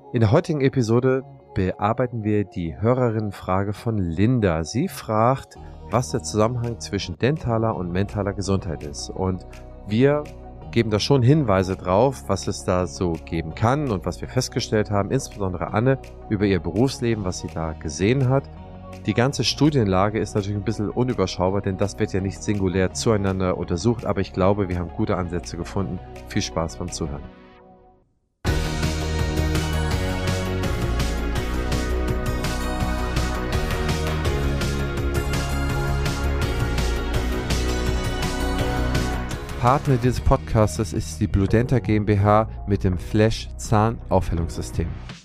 In der heutigen Episode bearbeiten wir die Hörerinnenfrage von Linda. Sie fragt, was der Zusammenhang zwischen dentaler und mentaler Gesundheit ist. Und wir geben da schon Hinweise drauf, was es da so geben kann und was wir festgestellt haben, insbesondere Anne über ihr Berufsleben, was sie da gesehen hat. Die ganze Studienlage ist natürlich ein bisschen unüberschaubar, denn das wird ja nicht singulär zueinander untersucht, aber ich glaube, wir haben gute Ansätze gefunden. Viel Spaß beim Zuhören. Partner dieses Podcastes ist die Bludenta GmbH mit dem Flash Zahnaufhellungssystem.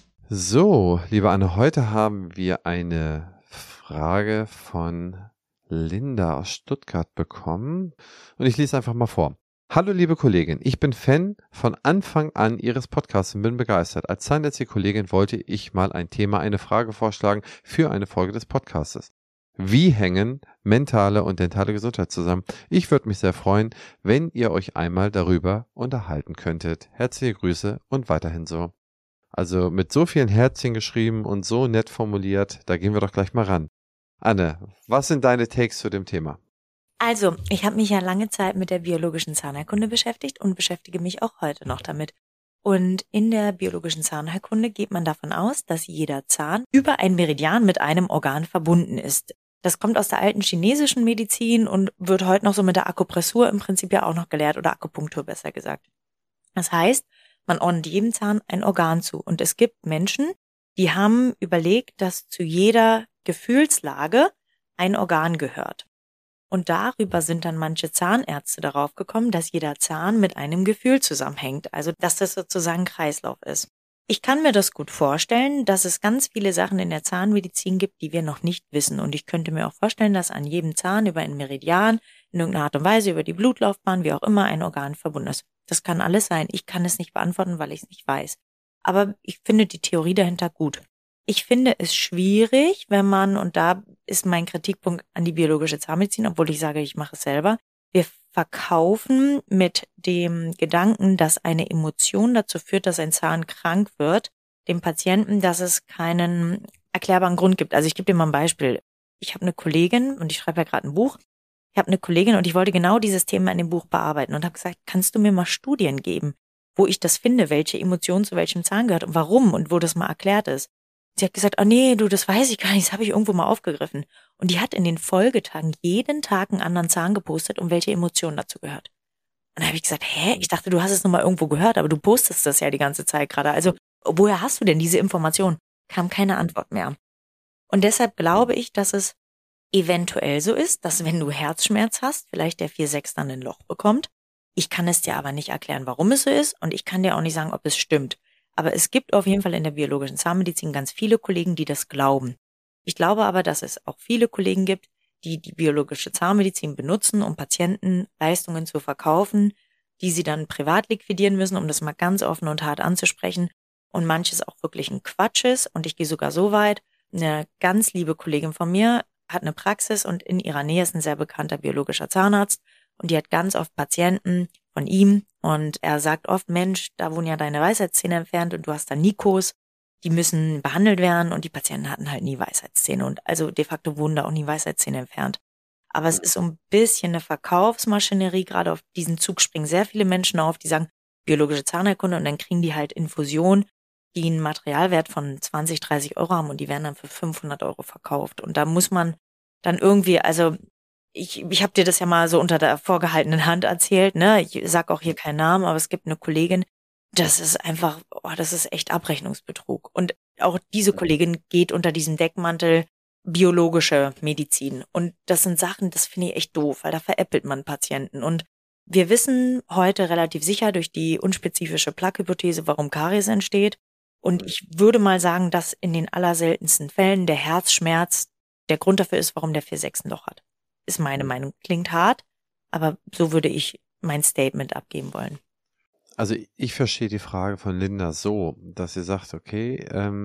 So, liebe Anne, heute haben wir eine Frage von Linda aus Stuttgart bekommen und ich lese einfach mal vor. Hallo liebe Kollegin, ich bin Fan von Anfang an Ihres Podcasts und bin begeistert. Als Zahnärztliche-Kollegin wollte ich mal ein Thema, eine Frage vorschlagen für eine Folge des Podcastes. Wie hängen mentale und dentale Gesundheit zusammen? Ich würde mich sehr freuen, wenn ihr euch einmal darüber unterhalten könntet. Herzliche Grüße und weiterhin so. Also mit so vielen Herzchen geschrieben und so nett formuliert, da gehen wir doch gleich mal ran. Anne, was sind deine Takes zu dem Thema? Also, ich habe mich ja lange Zeit mit der biologischen Zahnheilkunde beschäftigt und beschäftige mich auch heute noch damit. Und in der biologischen Zahnheilkunde geht man davon aus, dass jeder Zahn über ein Meridian mit einem Organ verbunden ist. Das kommt aus der alten chinesischen Medizin und wird heute noch so mit der Akupressur im Prinzip ja auch noch gelehrt oder Akupunktur besser gesagt. Das heißt, man ordnet jedem Zahn ein Organ zu. Und es gibt Menschen, die haben überlegt, dass zu jeder Gefühlslage ein Organ gehört. Und darüber sind dann manche Zahnärzte darauf gekommen, dass jeder Zahn mit einem Gefühl zusammenhängt. Also, dass das sozusagen ein Kreislauf ist. Ich kann mir das gut vorstellen, dass es ganz viele Sachen in der Zahnmedizin gibt, die wir noch nicht wissen. Und ich könnte mir auch vorstellen, dass an jedem Zahn über ein Meridian, in irgendeiner Art und Weise, über die Blutlaufbahn, wie auch immer, ein Organ verbunden ist. Das kann alles sein. Ich kann es nicht beantworten, weil ich es nicht weiß. Aber ich finde die Theorie dahinter gut. Ich finde es schwierig, wenn man, und da ist mein Kritikpunkt an die biologische Zahnmedizin, obwohl ich sage, ich mache es selber, wir verkaufen mit dem Gedanken, dass eine Emotion dazu führt, dass ein Zahn krank wird, dem Patienten, dass es keinen erklärbaren Grund gibt. Also ich gebe dir mal ein Beispiel. Ich habe eine Kollegin und ich schreibe ja gerade ein Buch. Ich habe eine Kollegin und ich wollte genau dieses Thema in dem Buch bearbeiten und habe gesagt, kannst du mir mal Studien geben, wo ich das finde, welche Emotion zu welchem Zahn gehört und warum und wo das mal erklärt ist. Sie hat gesagt, oh nee, du, das weiß ich gar nicht, das habe ich irgendwo mal aufgegriffen. Und die hat in den Folgetagen jeden Tag einen anderen Zahn gepostet und welche Emotion dazu gehört. Und da habe ich gesagt, ich dachte, du hast es noch mal irgendwo gehört, aber du postest das ja die ganze Zeit gerade. Also, woher hast du denn diese Information? Kam keine Antwort mehr. Und deshalb glaube ich, dass es eventuell so ist, dass wenn du Herzschmerz hast, vielleicht der 4-6 dann ein Loch bekommt. Ich kann es dir aber nicht erklären, warum es so ist und ich kann dir auch nicht sagen, ob es stimmt. Aber es gibt auf jeden Fall in der biologischen Zahnmedizin ganz viele Kollegen, die das glauben. Ich glaube aber, dass es auch viele Kollegen gibt, die die biologische Zahnmedizin benutzen, um Patienten Leistungen zu verkaufen, die sie dann privat liquidieren müssen, um das mal ganz offen und hart anzusprechen. Und manches auch wirklich ein Quatsch ist. Und ich gehe sogar so weit, eine ganz liebe Kollegin von mir hat eine Praxis und in ihrer Nähe ist ein sehr bekannter biologischer Zahnarzt. Und die hat ganz oft Patienten von ihm und er sagt oft, Mensch, da wurden ja deine Weisheitszähne entfernt und du hast da Nikos, die müssen behandelt werden und die Patienten hatten halt nie Weisheitszähne und also de facto wurden da auch nie Weisheitszähne entfernt. Aber es ist so ein bisschen eine Verkaufsmaschinerie, gerade auf diesen Zug springen sehr viele Menschen auf, die sagen biologische Zahnheilkunde und dann kriegen die halt Infusionen, die einen Materialwert von 20, 30 Euro haben und die werden dann für 500 Euro verkauft und da muss man dann irgendwie, also ich habe dir das ja mal so unter der vorgehaltenen Hand erzählt, ne? Ich sag auch hier keinen Namen, aber es gibt eine Kollegin, das ist einfach, das ist echt Abrechnungsbetrug. Und auch diese Kollegin geht unter diesem Deckmantel biologische Medizin. Und das sind Sachen, das finde ich echt doof, weil da veräppelt man Patienten. Und wir wissen heute relativ sicher durch die unspezifische Plaque-Hypothese, warum Karies entsteht. Und ich würde mal sagen, dass in den allerseltensten Fällen der Herzschmerz der Grund dafür ist, warum der 4-6 ein Loch hat. Ist meine Meinung. Klingt hart, aber so würde ich mein Statement abgeben wollen. Also ich verstehe die Frage von Linda so, dass sie sagt, okay,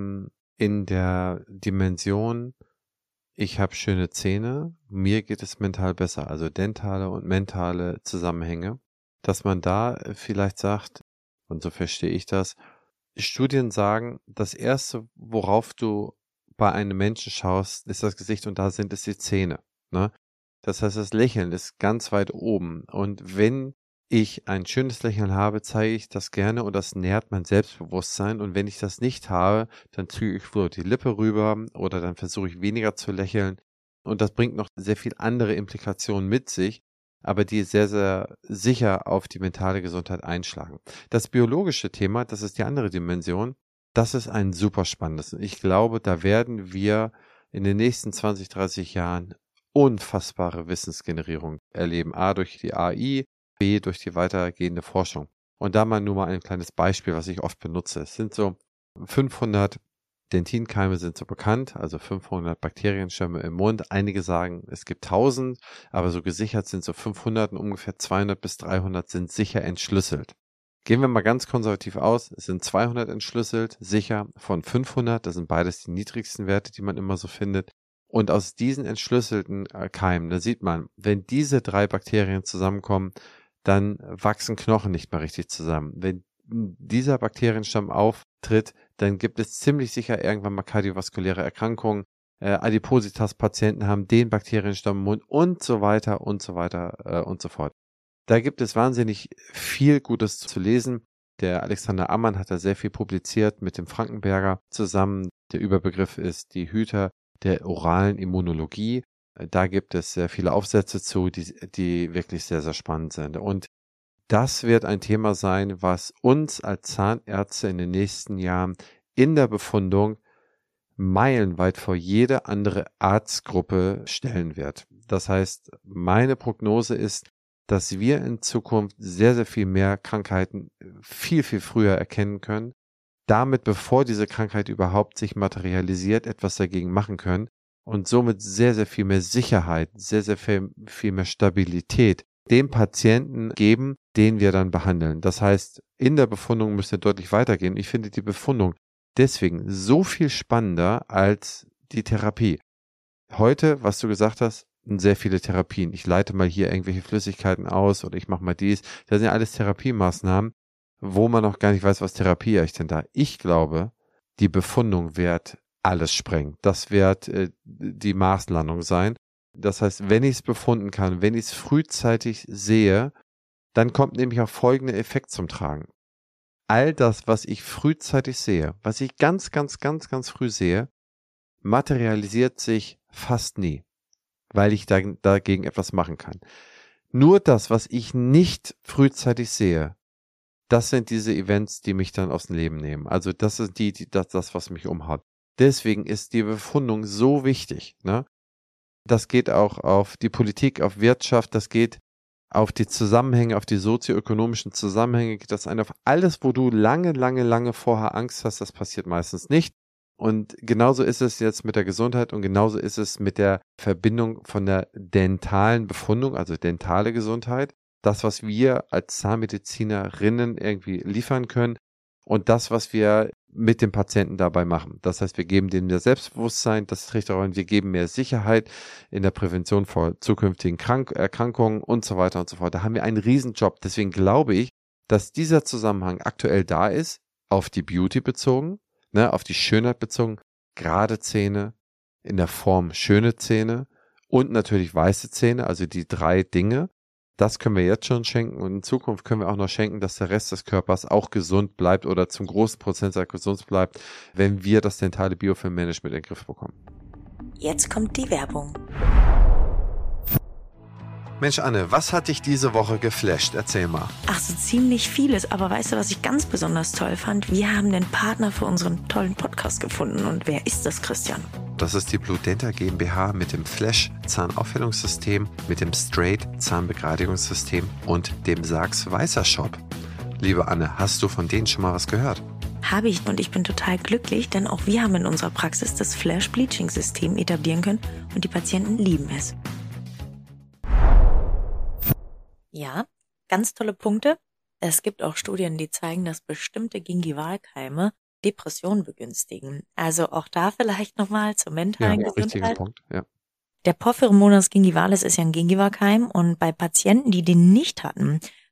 in der Dimension, ich habe schöne Zähne, mir geht es mental besser, also dentale und mentale Zusammenhänge, dass man da vielleicht sagt, und so verstehe ich das, Die Studien sagen, das Erste, worauf du bei einem Menschen schaust, ist das Gesicht und da sind es die Zähne. Ne? Das heißt, das Lächeln ist ganz weit oben. Und wenn ich ein schönes Lächeln habe, zeige ich das gerne und das nährt mein Selbstbewusstsein. Und wenn ich das nicht habe, dann ziehe ich so die Lippe rüber oder dann versuche ich weniger zu lächeln. Und das bringt noch sehr viel andere Implikationen mit sich, aber die sehr, sehr sicher auf die mentale Gesundheit einschlagen. Das biologische Thema, das ist die andere Dimension, das ist ein super spannendes. Ich glaube, da werden wir in den nächsten 20, 30 Jahren unfassbare Wissensgenerierung erleben. A, durch die AI, B, durch die weitergehende Forschung. Und da mal nur mal ein kleines Beispiel, was ich oft benutze. Es sind so 500 Dentinkeime sind so bekannt, also 500 Bakterienstämme im Mund. Einige sagen, es gibt 1000, aber so gesichert sind so 500 und ungefähr 200 bis 300 sind sicher entschlüsselt. Gehen wir mal ganz konservativ aus, es sind 200 entschlüsselt, sicher von 500, das sind beides die niedrigsten Werte, die man immer so findet. Und aus diesen entschlüsselten Keimen, da sieht man, wenn diese 3 Bakterien zusammenkommen, dann wachsen Knochen nicht mehr richtig zusammen. Wenn dieser Bakterienstamm auftritt, dann gibt es ziemlich sicher irgendwann mal kardiovaskuläre Erkrankungen. Adipositas-Patienten haben den Bakterienstamm im Mund und so weiter und so weiter und so fort. Da gibt es wahnsinnig viel Gutes zu lesen. Der Alexander Ammann hat da sehr viel publiziert mit dem Frankenberger zusammen. Der Überbegriff ist die Hüter der oralen Immunologie. Da gibt es sehr viele Aufsätze zu, die wirklich sehr, sehr spannend sind. Und das wird ein Thema sein, was uns als Zahnärzte in den nächsten Jahren in der Befundung meilenweit vor jede andere Arztgruppe stellen wird. Das heißt, meine Prognose ist, dass wir in Zukunft sehr, sehr viel mehr Krankheiten viel, viel früher erkennen können, damit, bevor diese Krankheit überhaupt sich materialisiert, etwas dagegen machen können und somit sehr, sehr viel mehr Sicherheit, sehr, sehr viel mehr Stabilität dem Patienten geben, den wir dann behandeln. Das heißt, in der Befundung müsste deutlich weitergehen. Ich finde die Befundung deswegen so viel spannender als die Therapie. Heute, was du gesagt hast, sehr viele Therapien. Ich leite mal hier irgendwelche Flüssigkeiten aus oder ich mache mal dies. Das sind ja alles Therapiemaßnahmen, wo man noch gar nicht weiß, was Therapie eigentlich denn da. Ich glaube, die Befundung wird alles sprengen. Das wird die Marslandung sein. Das heißt, wenn ich es befunden kann, wenn ich es frühzeitig sehe, dann kommt nämlich auch folgender Effekt zum Tragen. All das, was ich frühzeitig sehe, was ich ganz, ganz, ganz, ganz früh sehe, materialisiert sich fast nie, weil ich dagegen etwas machen kann. Nur das, was ich nicht frühzeitig sehe, das sind diese Events, die mich dann aus dem Leben nehmen. Also das ist das, was mich umhaut. Deswegen ist die Befundung so wichtig. Ne? Das geht auch auf die Politik, auf Wirtschaft, das geht auf die Zusammenhänge, auf die sozioökonomischen Zusammenhänge, geht das ein auf alles, wo du lange, lange, lange vorher Angst hast, das passiert meistens nicht. Und genauso ist es jetzt mit der Gesundheit und genauso ist es mit der Verbindung von der dentalen Befundung, also dentale Gesundheit. Das, was wir als Zahnmedizinerinnen irgendwie liefern können und das, was wir mit dem Patienten dabei machen. Das heißt, wir geben dem mehr Selbstbewusstsein, das trägt auch an, wir geben mehr Sicherheit in der Prävention vor zukünftigen Erkrankungen und so weiter und so fort. Da haben wir einen Riesenjob. Deswegen glaube ich, dass dieser Zusammenhang aktuell da ist, auf die Beauty bezogen, ne, auf die Schönheit bezogen, gerade Zähne, in der Form schöne Zähne und natürlich weiße Zähne, also die 3 Dinge. Das können wir jetzt schon schenken und in Zukunft können wir auch noch schenken, dass der Rest des Körpers auch gesund bleibt oder zum großen Prozentsatz gesund bleibt, wenn wir das dentale Biofilmmanagement in den Griff bekommen. Jetzt kommt die Werbung. Mensch Anne, was hat dich diese Woche geflasht? Erzähl mal. Ach, so ziemlich vieles. Aber weißt du, was ich ganz besonders toll fand? Wir haben den Partner für unseren tollen Podcast gefunden. Und wer ist das, Christian? Das ist die Bludenta GmbH mit dem Flash Zahnaufhellungssystem, mit dem Straight Zahnbegradigungssystem und dem Sachs Weißer Shop. Liebe Anne, hast du von denen schon mal was gehört? Habe ich und ich bin total glücklich, denn auch wir haben in unserer Praxis das Flash Bleaching System etablieren können und die Patienten lieben es. Ja, ganz tolle Punkte. Es gibt auch Studien, die zeigen, dass bestimmte Gingivalkeime Depressionen begünstigen. Also auch da vielleicht nochmal zur mentalen Gesundheit. Richtiger Punkt, ja. Der Porphyromonas gingivalis ist ja ein Gingivalkeim und bei Patienten, die den nicht hatten,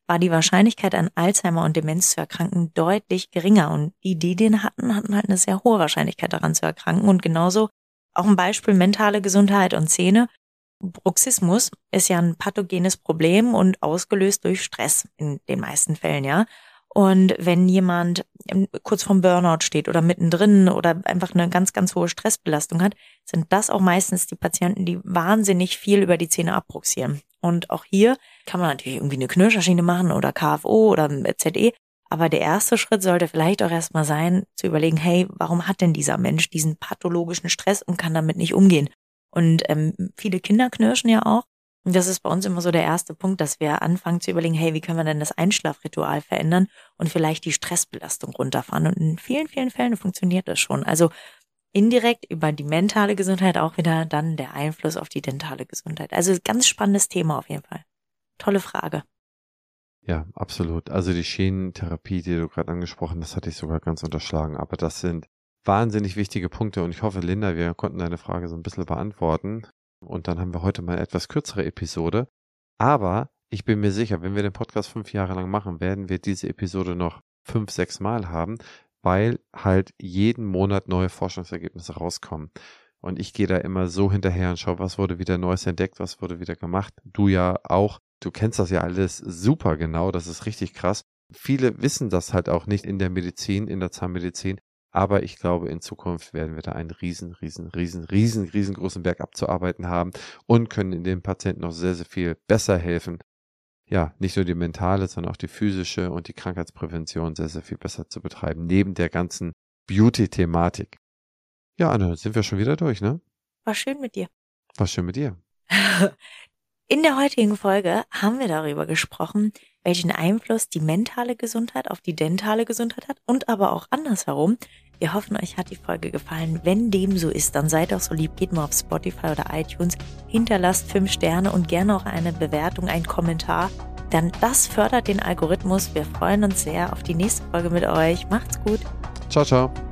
war die Wahrscheinlichkeit, an Alzheimer und Demenz zu erkranken, deutlich geringer. Und die den hatten halt eine sehr hohe Wahrscheinlichkeit daran zu erkranken. Und genauso auch ein Beispiel mentale Gesundheit und Zähne. Bruxismus ist ja ein pathogenes Problem und ausgelöst durch Stress in den meisten Fällen, ja. Und wenn jemand kurz vorm Burnout steht oder mittendrin oder einfach eine ganz, ganz hohe Stressbelastung hat, sind das auch meistens die Patienten, die wahnsinnig viel über die Zähne abbruxieren. Und auch hier kann man natürlich irgendwie eine Knirscherschiene machen oder KFO oder ZE. Aber der erste Schritt sollte vielleicht auch erstmal sein, zu überlegen, hey, warum hat denn dieser Mensch diesen pathologischen Stress und kann damit nicht umgehen? Und viele Kinder knirschen ja auch. Und das ist bei uns immer so der erste Punkt, dass wir anfangen zu überlegen, hey, wie können wir denn das Einschlafritual verändern und vielleicht die Stressbelastung runterfahren? Und in vielen, vielen Fällen funktioniert das schon. Also indirekt über die mentale Gesundheit auch wieder dann der Einfluss auf die dentale Gesundheit. Also ganz spannendes Thema auf jeden Fall. Tolle Frage. Ja, absolut. Also die Schienentherapie, die du gerade angesprochen hast, hatte ich sogar ganz unterschlagen. Aber das sind wahnsinnig wichtige Punkte und ich hoffe, Linda, wir konnten deine Frage so ein bisschen beantworten. Und dann haben wir heute mal eine etwas kürzere Episode. Aber ich bin mir sicher, wenn wir den Podcast 5 Jahre lang machen, werden wir diese Episode noch 5, 6 Mal haben, weil halt jeden Monat neue Forschungsergebnisse rauskommen. Und ich gehe da immer so hinterher und schaue, was wurde wieder Neues entdeckt, was wurde wieder gemacht. Du ja auch. Du kennst das ja alles super genau. Das ist richtig krass. Viele wissen das halt auch nicht in der Medizin, in der Zahnmedizin. Aber ich glaube, in Zukunft werden wir da einen riesengroßen Berg abzuarbeiten haben und können den Patienten noch sehr, sehr viel besser helfen. Ja, nicht nur die mentale, sondern auch die physische und die Krankheitsprävention sehr, sehr viel besser zu betreiben, neben der ganzen Beauty-Thematik. Ja, Anne, sind wir schon wieder durch, ne? War schön mit dir. War schön mit dir. In der heutigen Folge haben wir darüber gesprochen, welchen Einfluss die mentale Gesundheit auf die dentale Gesundheit hat und aber auch andersherum. Wir hoffen, euch hat die Folge gefallen. Wenn dem so ist, dann seid auch so lieb, geht mal auf Spotify oder iTunes, hinterlasst 5 Sterne und gerne auch eine Bewertung, einen Kommentar. Dann das fördert den Algorithmus. Wir freuen uns sehr auf die nächste Folge mit euch. Macht's gut. Ciao, ciao.